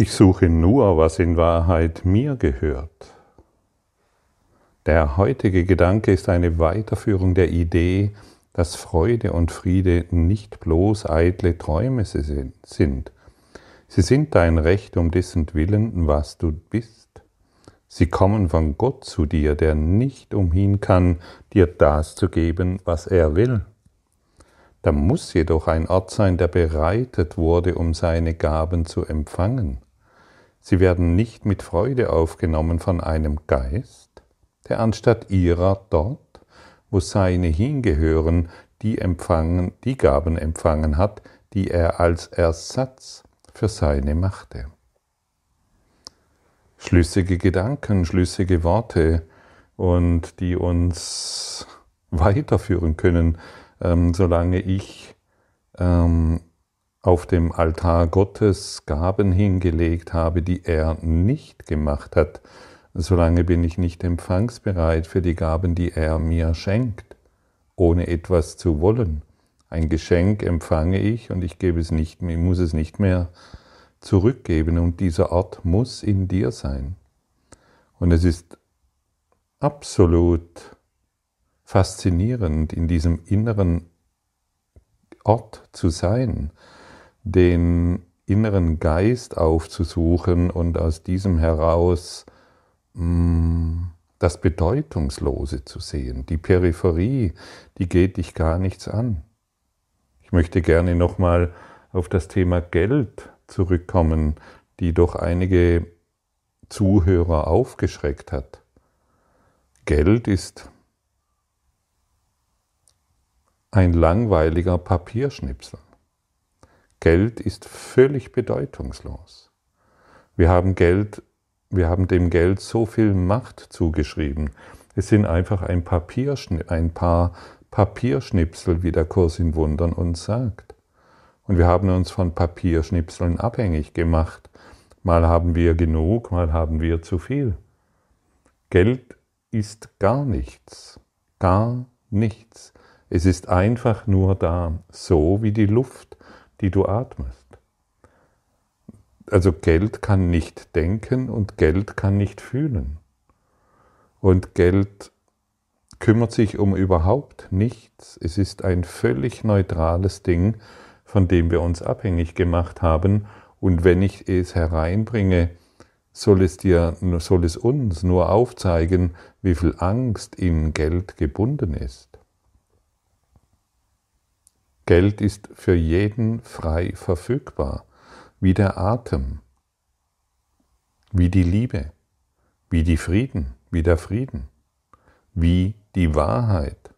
Ich suche nur, was in Wahrheit mir gehört. Der heutige Gedanke ist eine Weiterführung der Idee, dass Freude und Friede nicht bloß eitle Träume sind. Sie sind dein Recht um dessen Willen, was du bist. Sie kommen von Gott zu dir, der nicht umhin kann, dir das zu geben, was er will. Da muss jedoch ein Ort sein, der bereitet wurde, um seine Gaben zu empfangen. Sie werden nicht mit Freude aufgenommen von einem Geist, der anstatt ihrer dort, wo seine hingehören, die Gaben empfangen hat, die er als Ersatz für seine machte. Schlüssige Gedanken, schlüssige Worte und die uns weiterführen können, solange ich auf dem Altar Gottes Gaben hingelegt habe, die er nicht gemacht hat, solange bin ich nicht empfangsbereit für die Gaben, die er mir schenkt, ohne etwas zu wollen. Ein Geschenk empfange ich und ich muss es nicht mehr zurückgeben, und dieser Ort muss in dir sein. Und es ist absolut faszinierend, in diesem inneren Ort zu sein, den inneren Geist aufzusuchen und aus diesem heraus das Bedeutungslose zu sehen. Die Peripherie, die geht dich gar nichts an. Ich möchte gerne nochmal auf das Thema Geld zurückkommen, die doch einige Zuhörer aufgeschreckt hat. Geld ist ein langweiliger Papierschnipsel. Geld ist völlig bedeutungslos. Wir haben dem Geld so viel Macht zugeschrieben. Es sind einfach ein paar Papierschnipsel, wie der Kurs in Wundern uns sagt. Und wir haben uns von Papierschnipseln abhängig gemacht. Mal haben wir genug, mal haben wir zu viel. Geld ist gar nichts. Gar nichts. Es ist einfach nur da, so wie die Luft, die du atmest. Also Geld kann nicht denken und Geld kann nicht fühlen. Und Geld kümmert sich um überhaupt nichts. Es ist ein völlig neutrales Ding, von dem wir uns abhängig gemacht haben. Und wenn ich es hereinbringe, soll es uns nur aufzeigen, wie viel Angst in Geld gebunden ist. Geld ist für jeden frei verfügbar, wie der Atem, wie die Liebe, wie der Frieden, wie die Wahrheit.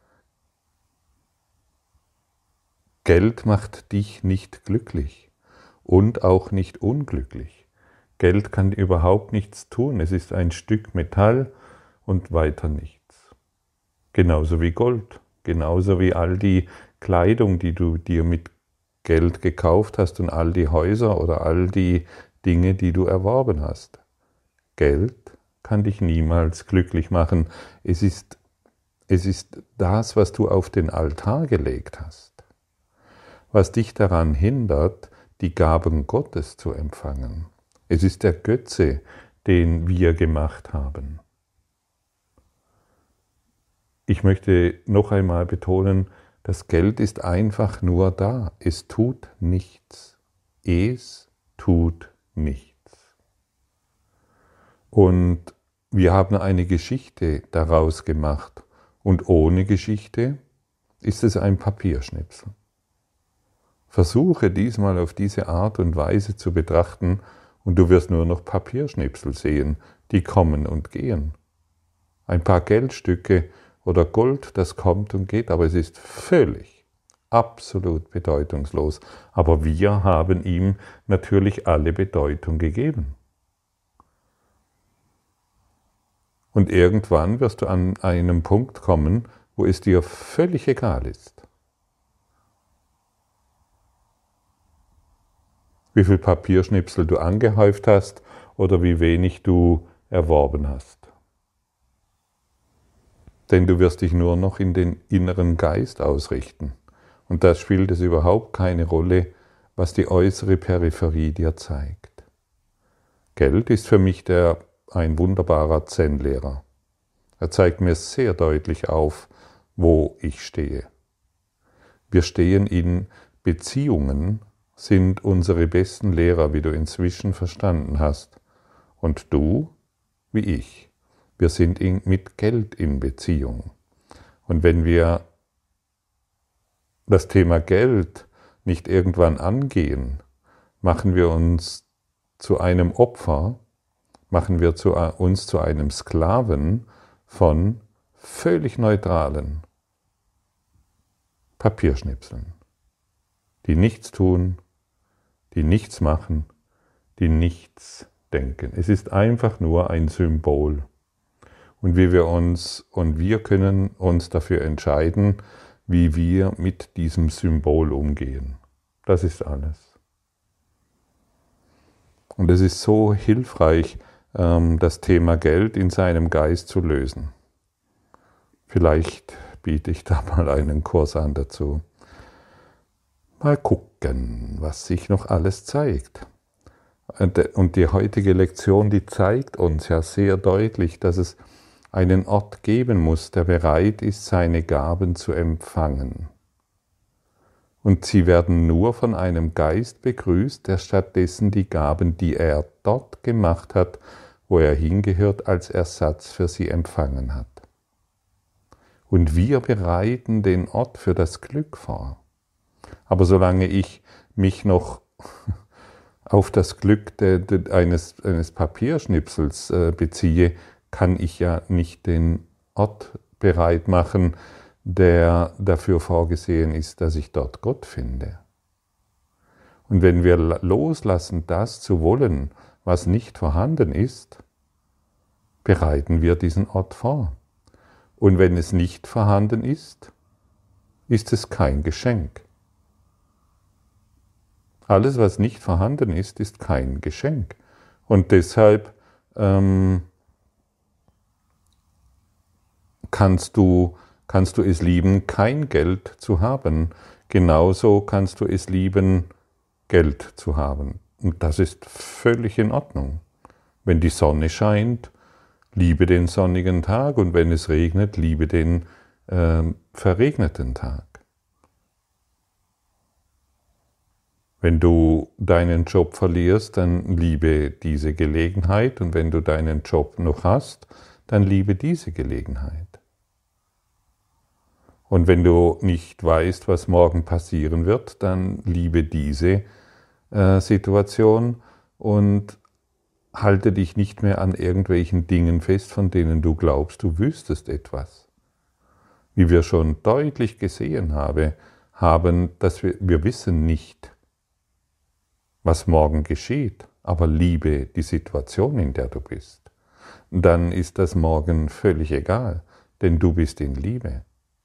Geld macht dich nicht glücklich und auch nicht unglücklich. Geld kann überhaupt nichts tun, es ist ein Stück Metall und weiter nichts. Genauso wie Gold, genauso wie all die Kleidung, die du dir mit Geld gekauft hast, und all die Häuser oder all die Dinge, die du erworben hast. Geld kann dich niemals glücklich machen. Es ist das, was du auf den Altar gelegt hast, was dich daran hindert, die Gaben Gottes zu empfangen. Es ist der Götze, den wir gemacht haben. Ich möchte noch einmal betonen, das Geld ist einfach nur da. Es tut nichts. Es tut nichts. Und wir haben eine Geschichte daraus gemacht. Und ohne Geschichte ist es ein Papierschnipsel. Versuche diesmal auf diese Art und Weise zu betrachten, und du wirst nur noch Papierschnipsel sehen, die kommen und gehen. Ein paar Geldstücke oder Gold, das kommt und geht, aber es ist völlig, absolut bedeutungslos. Aber wir haben ihm natürlich alle Bedeutung gegeben. Und irgendwann wirst du an einem Punkt kommen, wo es dir völlig egal ist, wie viel Papierschnipsel du angehäuft hast oder wie wenig du erworben hast. Denn du wirst dich nur noch in den inneren Geist ausrichten. Und da spielt es überhaupt keine Rolle, was die äußere Peripherie dir zeigt. Geld ist für mich ein wunderbarer Zen-Lehrer. Er zeigt mir sehr deutlich auf, wo ich stehe. Wir stehen in Beziehungen, sind unsere besten Lehrer, wie du inzwischen verstanden hast. Und du, wie ich, wir sind mit Geld in Beziehung. Und wenn wir das Thema Geld nicht irgendwann angehen, machen wir uns zu einem Opfer, machen wir uns zu einem Sklaven von völlig neutralen Papierschnipseln, die nichts tun, die nichts machen, die nichts denken. Es ist einfach nur ein Symbol. Und wir können uns dafür entscheiden, wie wir mit diesem Symbol umgehen. Das ist alles. Und es ist so hilfreich, das Thema Geld in seinem Geist zu lösen. Vielleicht biete ich da mal einen Kurs an dazu. Mal gucken, was sich noch alles zeigt. Und die heutige Lektion, die zeigt uns ja sehr deutlich, dass es einen Ort geben muss, der bereit ist, seine Gaben zu empfangen. Und sie werden nur von einem Geist begrüßt, der stattdessen die Gaben, die er dort gemacht hat, wo er hingehört, als Ersatz für sie empfangen hat. Und wir bereiten den Ort für das Glück vor. Aber solange ich mich noch auf das Glück eines Papierschnipsels beziehe, kann ich ja nicht den Ort bereit machen, der dafür vorgesehen ist, dass ich dort Gott finde. Und wenn wir loslassen, das zu wollen, was nicht vorhanden ist, bereiten wir diesen Ort vor. Und wenn es nicht vorhanden ist, ist es kein Geschenk. Alles, was nicht vorhanden ist, ist kein Geschenk. Und deshalb kannst du es lieben, kein Geld zu haben. Genauso kannst du es lieben, Geld zu haben. Und das ist völlig in Ordnung. Wenn die Sonne scheint, liebe den sonnigen Tag, und wenn es regnet, liebe den verregneten Tag. Wenn du deinen Job verlierst, dann liebe diese Gelegenheit, und wenn du deinen Job noch hast, dann liebe diese Gelegenheit. Und wenn du nicht weißt, was morgen passieren wird, dann liebe diese Situation und halte dich nicht mehr an irgendwelchen Dingen fest, von denen du glaubst, du wüsstest etwas. Wie wir schon deutlich gesehen haben, dass wir wissen nicht, was morgen geschieht, aber liebe die Situation, in der du bist. Dann ist das morgen völlig egal, denn du bist in Liebe.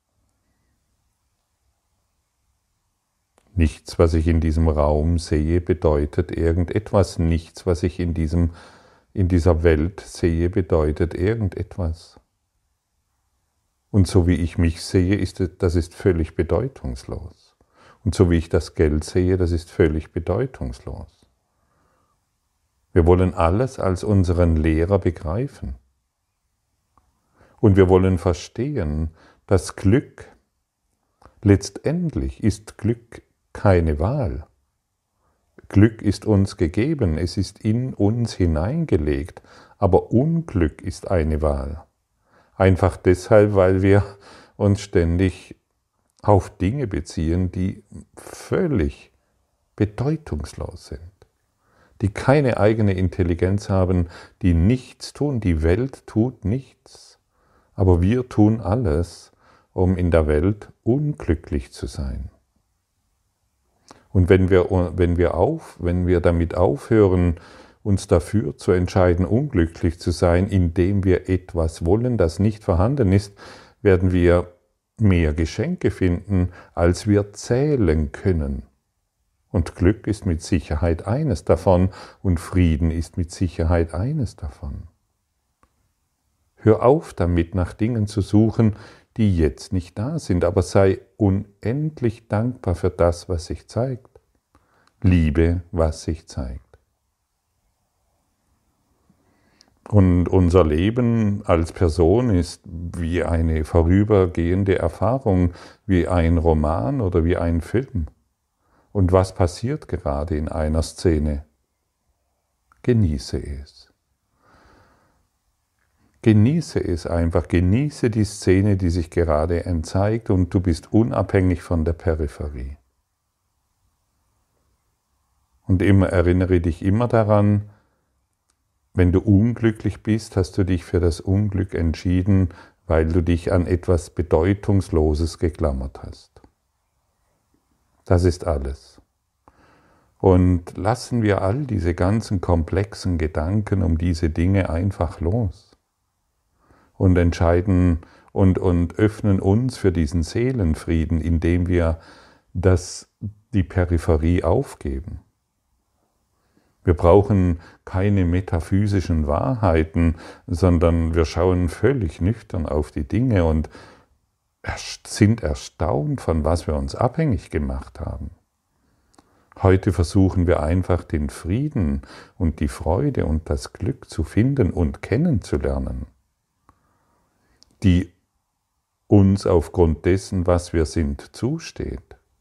Nichts, was ich in diesem Raum sehe, bedeutet irgendetwas. Nichts, was ich in dieser Welt sehe, bedeutet irgendetwas. Und so wie ich mich sehe, das ist völlig bedeutungslos. Und so wie ich das Geld sehe, das ist völlig bedeutungslos. Wir wollen alles als unseren Lehrer begreifen. Und wir wollen verstehen, dass letztendlich ist Glück keine Wahl. Glück ist uns gegeben, es ist in uns hineingelegt, aber Unglück ist eine Wahl. Einfach deshalb, weil wir uns ständig auf Dinge beziehen, die völlig bedeutungslos sind, die keine eigene Intelligenz haben, die nichts tun. Die Welt tut nichts, aber wir tun alles, um in der Welt unglücklich zu sein. Und wenn wir damit aufhören, uns dafür zu entscheiden, unglücklich zu sein, indem wir etwas wollen, das nicht vorhanden ist, werden wir mehr Geschenke finden, als wir zählen können. Und Glück ist mit Sicherheit eines davon, und Frieden ist mit Sicherheit eines davon. Hör auf damit, nach Dingen zu suchen, die jetzt nicht da sind, aber sei unendlich dankbar für das, was sich zeigt. Liebe, was sich zeigt. Und unser Leben als Person ist wie eine vorübergehende Erfahrung, wie ein Roman oder wie ein Film. Und was passiert gerade in einer Szene? Genieße es. Genieße es einfach, genieße die Szene, die sich gerade zeigt, und du bist unabhängig von der Peripherie. Und erinnere dich immer daran, wenn du unglücklich bist, hast du dich für das Unglück entschieden, weil du dich an etwas Bedeutungsloses geklammert hast. Das ist alles. Und lassen wir all diese ganzen komplexen Gedanken um diese Dinge einfach los und entscheiden und öffnen uns für diesen Seelenfrieden, indem wir die Peripherie aufgeben. Wir brauchen keine metaphysischen Wahrheiten, sondern wir schauen völlig nüchtern auf die Dinge und sind erstaunt, von was wir uns abhängig gemacht haben. Heute versuchen wir einfach den Frieden und die Freude und das Glück zu finden und kennenzulernen, die uns aufgrund dessen, was wir sind, zusteht.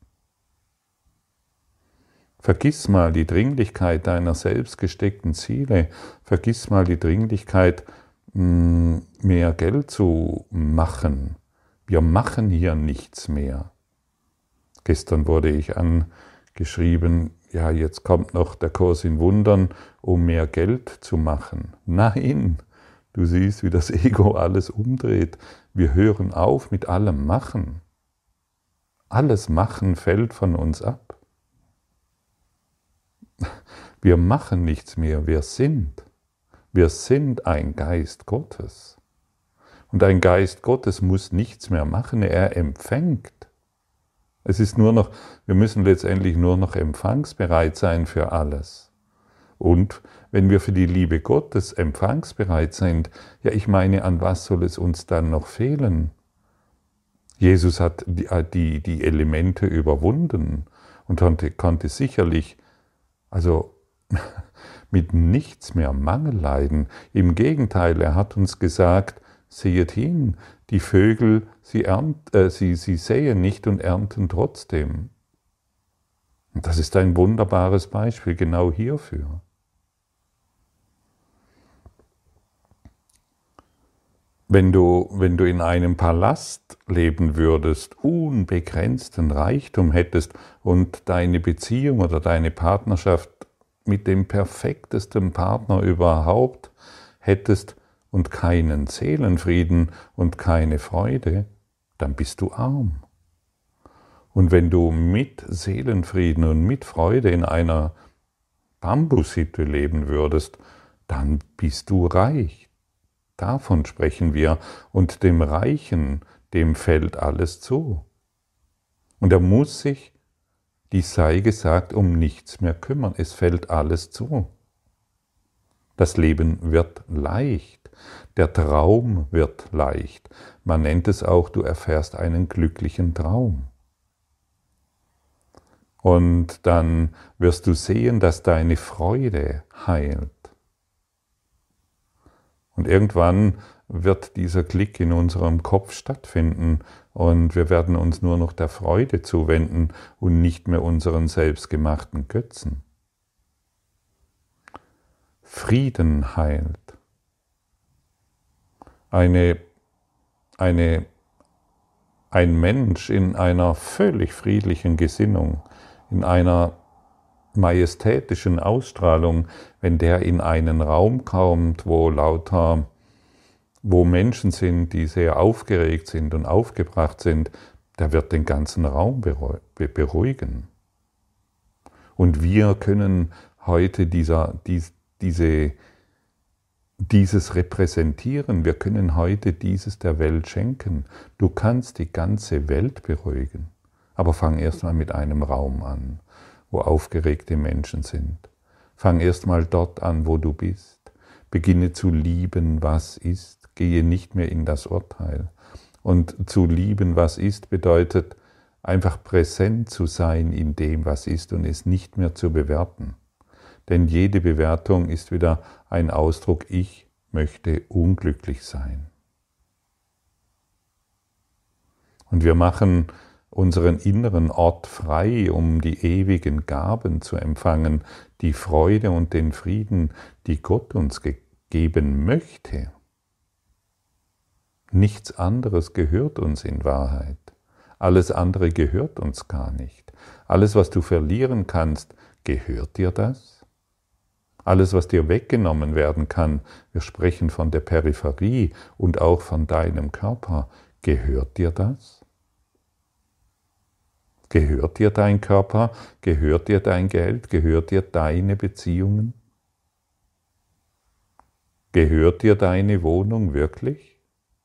Vergiss mal die Dringlichkeit deiner selbst gesteckten Ziele, vergiss mal die Dringlichkeit, mehr Geld zu machen. Wir machen hier nichts mehr. Gestern wurde ich angeschrieben, ja, jetzt kommt noch der Kurs in Wundern, um mehr Geld zu machen. Nein, du siehst, wie das Ego alles umdreht. Wir hören auf mit allem Machen. Alles Machen fällt von uns ab. Wir machen nichts mehr, wir sind. Wir sind ein Geist Gottes. Und ein Geist Gottes muss nichts mehr machen, er empfängt. Es ist nur noch, wir müssen letztendlich nur noch empfangsbereit sein für alles. Und wenn wir für die Liebe Gottes empfangsbereit sind, ja, ich meine, an was soll es uns dann noch fehlen? Jesus hat die Elemente überwunden und konnte sicherlich, mit nichts mehr Mangel leiden. Im Gegenteil, er hat uns gesagt, sehet hin, die Vögel, sie säen nicht und ernten trotzdem. Und das ist ein wunderbares Beispiel genau hierfür. Wenn du in einem Palast leben würdest, unbegrenzten Reichtum hättest und deine Beziehung oder deine Partnerschaft mit dem perfektesten Partner überhaupt hättest und keinen Seelenfrieden und keine Freude, dann bist du arm. Und wenn du mit Seelenfrieden und mit Freude in einer Bambushütte leben würdest, dann bist du reich. Davon sprechen wir. Und dem Reichen, dem fällt alles zu. Und er muss sich, dies sei gesagt, um nichts mehr kümmern. Es fällt alles zu. Das Leben wird leicht. Der Traum wird leicht. Man nennt es auch, du erfährst einen glücklichen Traum. Und dann wirst du sehen, dass deine Freude heilt. Und irgendwann wird dieser Klick in unserem Kopf stattfinden und wir werden uns nur noch der Freude zuwenden und nicht mehr unseren selbstgemachten Götzen. Frieden heilt. Ein Mensch in einer völlig friedlichen Gesinnung, in einer majestätischen Ausstrahlung, wenn der in einen Raum kommt, wo Menschen sind, die sehr aufgeregt sind und aufgebracht sind, der wird den ganzen Raum beruhigen. Und wir können heute dieses repräsentieren, wir können heute dieses der Welt schenken. Du kannst die ganze Welt beruhigen, aber fang erst mal mit einem Raum an, wo aufgeregte Menschen sind. Fang erst mal dort an, wo du bist. Beginne zu lieben, was ist. Gehe nicht mehr in das Urteil. Und zu lieben, was ist, bedeutet einfach präsent zu sein in dem, was ist und es nicht mehr zu bewerten. Denn jede Bewertung ist wieder ein Ausdruck, ich möchte unglücklich sein. Und wir machen unseren inneren Ort frei, um die ewigen Gaben zu empfangen, die Freude und den Frieden, die Gott uns geben möchte. Nichts anderes gehört uns in Wahrheit. Alles andere gehört uns gar nicht. Alles, was du verlieren kannst, gehört dir das? Alles, was dir weggenommen werden kann, wir sprechen von der Peripherie und auch von deinem Körper, gehört dir das? Gehört dir dein Körper? Gehört dir dein Geld? Gehört dir deine Beziehungen? Gehört dir deine Wohnung wirklich?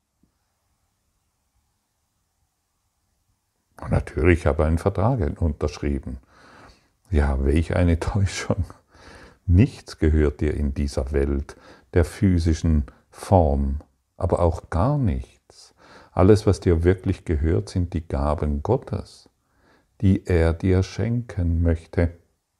Und natürlich habe ich einen Vertrag unterschrieben. Ja, welch eine Täuschung. Nichts gehört dir in dieser Welt der physischen Form, aber auch gar nichts. Alles, was dir wirklich gehört, sind die Gaben Gottes, die er dir schenken möchte.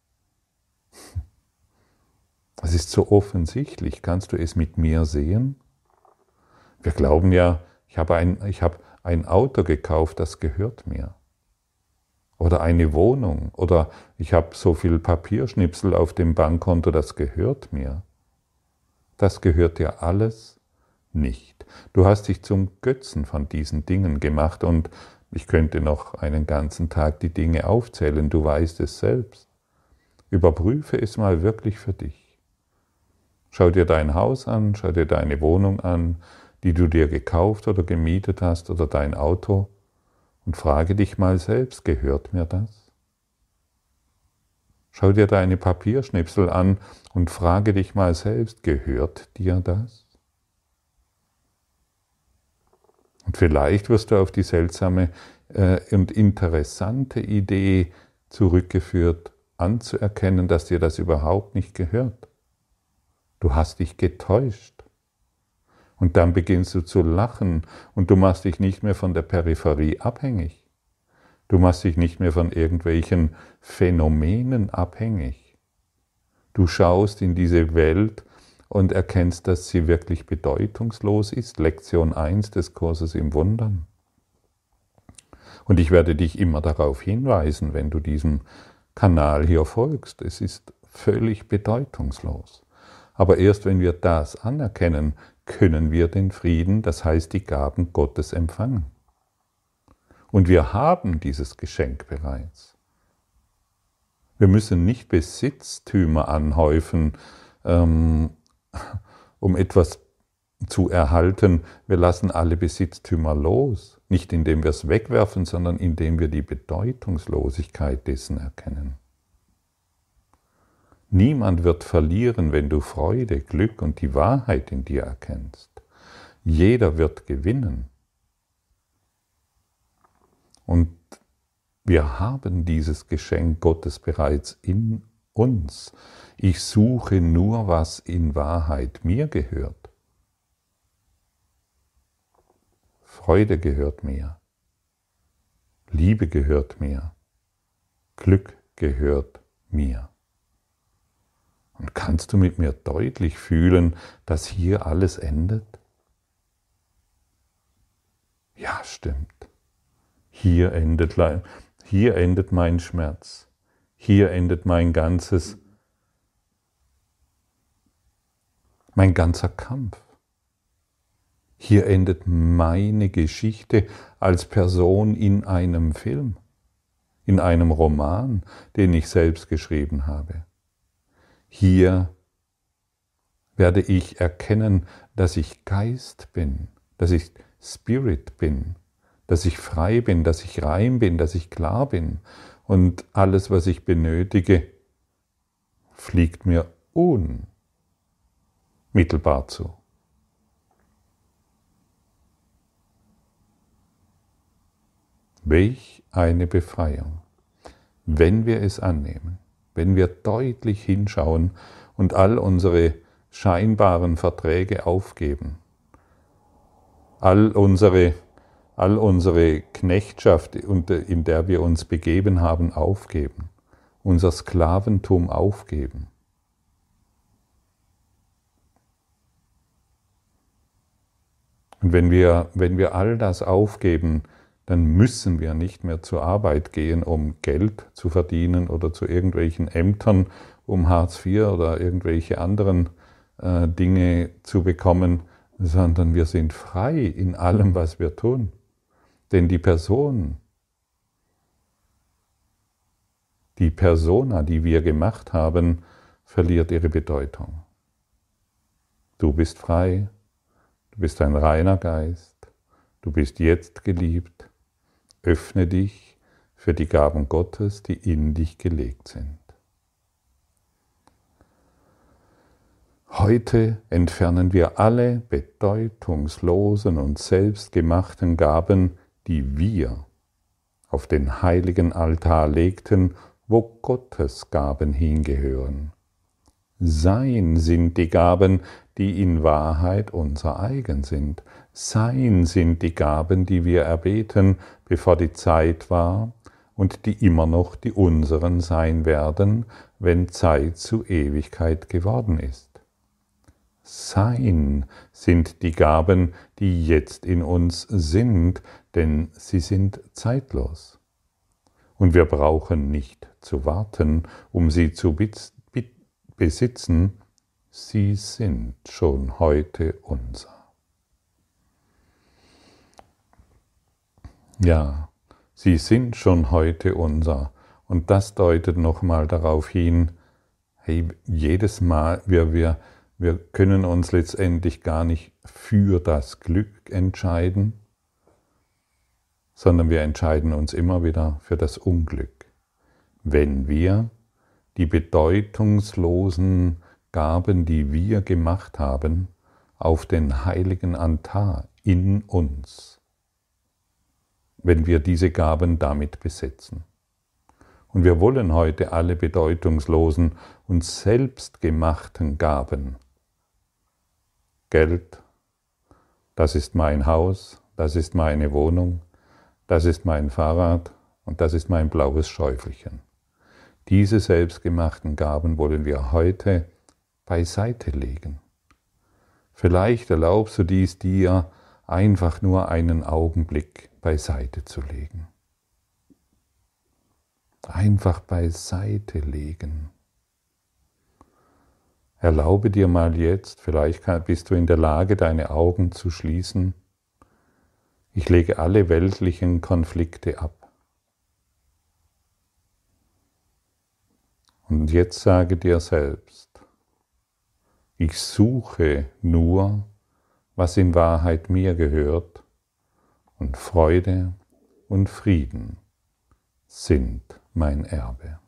Es ist so offensichtlich. Kannst du es mit mir sehen? Wir glauben ja, ich habe ein Auto gekauft, das gehört mir. Oder eine Wohnung. Oder ich habe so viel Papierschnipsel auf dem Bankkonto, das gehört mir. Das gehört dir alles nicht. Du hast dich zum Götzen von diesen Dingen gemacht und ich könnte noch einen ganzen Tag die Dinge aufzählen, du weißt es selbst. Überprüfe es mal wirklich für dich. Schau dir dein Haus an, schau dir deine Wohnung an, die du dir gekauft oder gemietet hast oder dein Auto und frage dich mal selbst, gehört mir das? Schau dir deine Papierschnipsel an und frage dich mal selbst, gehört dir das? Und vielleicht wirst du auf die seltsame und interessante Idee zurückgeführt, anzuerkennen, dass dir das überhaupt nicht gehört. Du hast dich getäuscht. Und dann beginnst du zu lachen und du machst dich nicht mehr von der Peripherie abhängig. Du machst dich nicht mehr von irgendwelchen Phänomenen abhängig. Du schaust in diese Welt und erkennst, dass sie wirklich bedeutungslos ist. Lektion 1 des Kurses im Wundern. Und ich werde dich immer darauf hinweisen, wenn du diesem Kanal hier folgst. Es ist völlig bedeutungslos. Aber erst wenn wir das anerkennen, können wir den Frieden, das heißt die Gaben Gottes, empfangen. Und wir haben dieses Geschenk bereits. Wir müssen nicht Besitztümer anhäufen, um etwas zu erhalten. Wir lassen alle Besitztümer los, nicht indem wir es wegwerfen, sondern indem wir die Bedeutungslosigkeit dessen erkennen. Niemand wird verlieren, wenn du Freude, Glück und die Wahrheit in dir erkennst. Jeder wird gewinnen. Und wir haben dieses Geschenk Gottes bereits in uns. Ich suche nur, was in Wahrheit mir gehört. Freude gehört mir. Liebe gehört mir. Glück gehört mir. Und kannst du mit mir deutlich fühlen, dass hier alles endet? Ja, stimmt. Hier endet mein Schmerz. Hier endet mein ganzer Kampf. Hier endet meine Geschichte als Person in einem Film, in einem Roman, den ich selbst geschrieben habe. Hier werde ich erkennen, dass ich Geist bin, dass ich Spirit bin, dass ich frei bin, dass ich rein bin, dass ich klar bin. Und alles, was ich benötige, fliegt mir unmittelbar zu. Welch eine Befreiung, wenn wir es annehmen. Wenn wir deutlich hinschauen und all unsere scheinbaren Verträge aufgeben, all unsere Knechtschaft, in der wir uns begeben haben, aufgeben, unser Sklaventum aufgeben. Und wenn wir all das aufgeben, dann müssen wir nicht mehr zur Arbeit gehen, um Geld zu verdienen oder zu irgendwelchen Ämtern, um Hartz IV oder irgendwelche anderen Dinge zu bekommen, sondern wir sind frei in allem, was wir tun. Denn die Persona, die wir gemacht haben, verliert ihre Bedeutung. Du bist frei, du bist ein reiner Geist, du bist jetzt geliebt. Öffne dich für die Gaben Gottes, die in dich gelegt sind. Heute entfernen wir alle bedeutungslosen und selbstgemachten Gaben, die wir auf den heiligen Altar legten, wo Gottes Gaben hingehören. Sein sind die Gaben, die in Wahrheit unser eigen sind. Sein sind die Gaben, die wir erbeten, bevor die Zeit war und die immer noch die unseren sein werden, wenn Zeit zu Ewigkeit geworden ist. Sein sind die Gaben, die jetzt in uns sind, denn sie sind zeitlos. Und wir brauchen nicht zu warten, um sie zu besitzen, sie sind schon heute unser. Ja, sie sind schon heute unser. Und das deutet nochmal darauf hin, hey, jedes Mal, wir können uns letztendlich gar nicht für das Glück entscheiden, sondern wir entscheiden uns immer wieder für das Unglück, wenn wir die bedeutungslosen Gaben, die wir gemacht haben, auf den heiligen Altar in uns, wenn wir diese Gaben damit besetzen. Und wir wollen heute alle bedeutungslosen und selbstgemachten Gaben, Geld, das ist mein Haus, das ist meine Wohnung, das ist mein Fahrrad und das ist mein blaues Schäufelchen. Diese selbstgemachten Gaben wollen wir heute beiseite legen. Vielleicht erlaubst du dies dir, einfach nur einen Augenblick beiseite zu legen. Einfach beiseite legen. Erlaube dir mal jetzt, vielleicht bist du in der Lage, deine Augen zu schließen. Ich lege alle weltlichen Konflikte ab. Und jetzt sage dir selbst, ich suche nur, was in Wahrheit mir gehört, und Freude und Frieden sind mein Erbe.